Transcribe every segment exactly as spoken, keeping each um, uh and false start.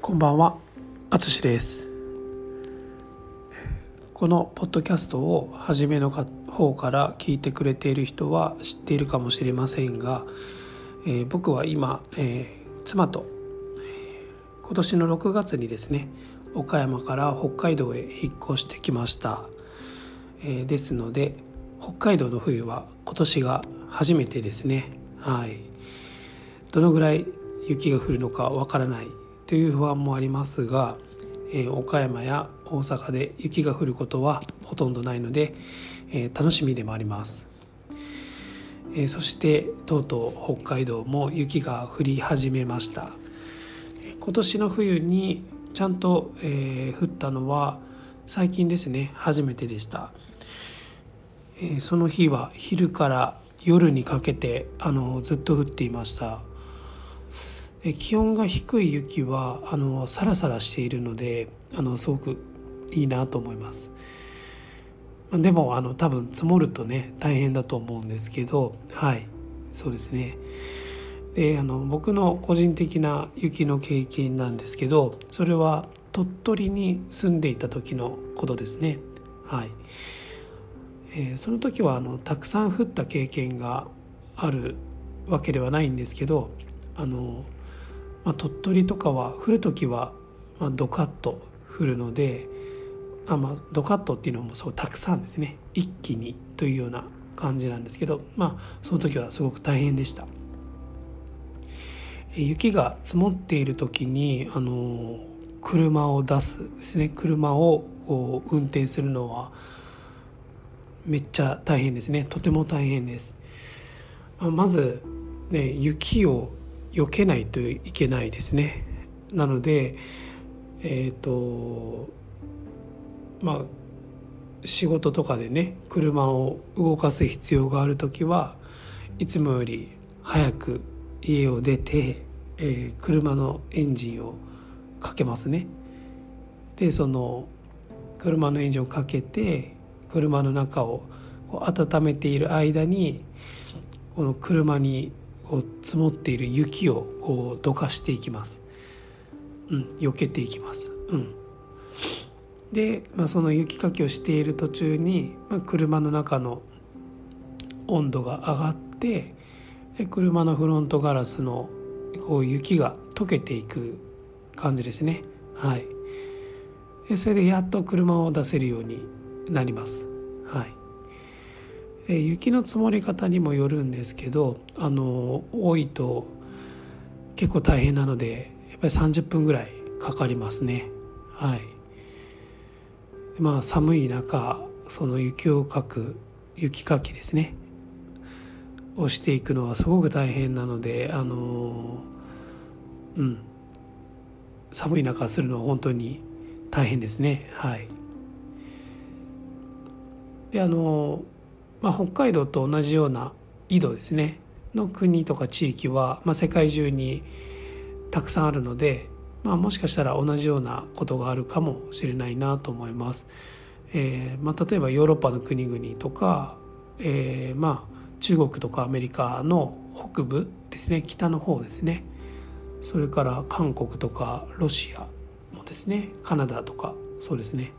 こんばんは、あつしです。このポッドキャストを初めの方から聞いてくれている人は知っているかもしれませんが、えー、僕は今、えー、妻と、えー、今年のろくがつにですね、岡山から北海道へ引っ越してきました。えー、ですので北海道の冬は今年が初めてですね。はい。どのぐらい雪が降るのかわからないという不安もありますが、えー、岡山や大阪で雪が降ることはほとんどないので、えー、楽しみでもあります。えー、そしてとうとう北海道も雪が降り始めました。今年の冬にちゃんと、えー、降ったのは最近ですね、初めてでした。えー、その日は昼から夜にかけてあのずっと降っていました。気温が低い雪はあのサラサラしているのであのすごくいいなと思います。でもあの多分積もるとね大変だと思うんですけど、はいそうですね。であの僕の個人的な雪の経験なんですけど、それは鳥取に住んでいた時のことですね。はい、えー、その時はあのたくさん降った経験があるわけではないんですけど、あのまあ、鳥取とかは降るときは、まあ、ドカッと降るので、あ、まあ、ドカッとっていうのもそうたくさんですね、一気にというような感じなんですけど、まあその時はすごく大変でした。雪が積もっている時にあの車を出すですね、車をこう運転するのはめっちゃ大変ですね。とても大変です。まず、ね、雪を避けないといけないですね。なのでえっとまあ仕事とかでね車を動かす必要があるときはいつもより早く家を出て、えー、車のエンジンをかけますね。でその車のエンジンをかけて車の中をこう温めている間にこの車にこう積もっている雪をこうどかしていきます。うん、避けていきます。うん、で、まあ、その雪かきをしている途中に、まあ、車の中の温度が上がってで車のフロントガラスのこう雪が溶けていく感じですね。はい。でそれでやっと車を出せるようになります。はい。え雪の積もり方にもよるんですけど、あの多いと結構大変なのでやっぱりさんじゅっぷんぐらいかかりますね。はい。まあ寒い中その雪をかく雪かきですねをしていくのはすごく大変なので、あのうん寒い中するのは本当に大変ですね。はい。であのまあ、北海道と同じような緯度ですねの国とか地域は、まあ、世界中にたくさんあるので、まあ、もしかしたら同じようなことがあるかもしれないなと思います。えーまあ、例えばヨーロッパの国々とか、えーまあ、中国とかアメリカの北部ですね、北の方ですね、それから韓国とかロシアもですね、カナダとかそうですね、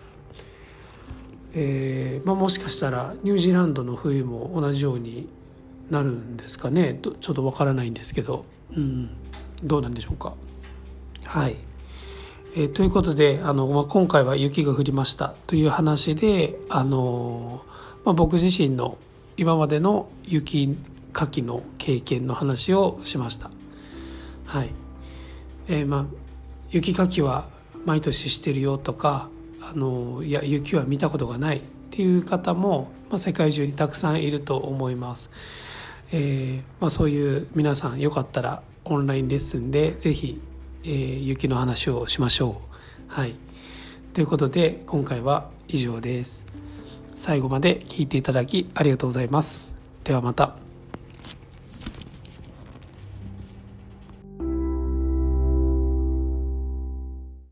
えーまあ、もしかしたらニュージーランドの冬も同じようになるんですかね。ちょっとわからないんですけど、うん、どうなんでしょうか。はい。えー、ということであの、まあ、今回は雪が降りましたという話で、あの、まあ、僕自身の今までの雪かきの経験の話をしました。はい。えー、まあ雪かきは毎年してるよとか、あのいや雪は見たことがないっていう方も、まあ、世界中にたくさんいると思います。えーまあ、そういう皆さんよかったらオンラインレッスンでぜひ、えー、雪の話をしましょう。はい。ということで今回は以上です。最後まで聞いていただきありがとうございます。ではまた。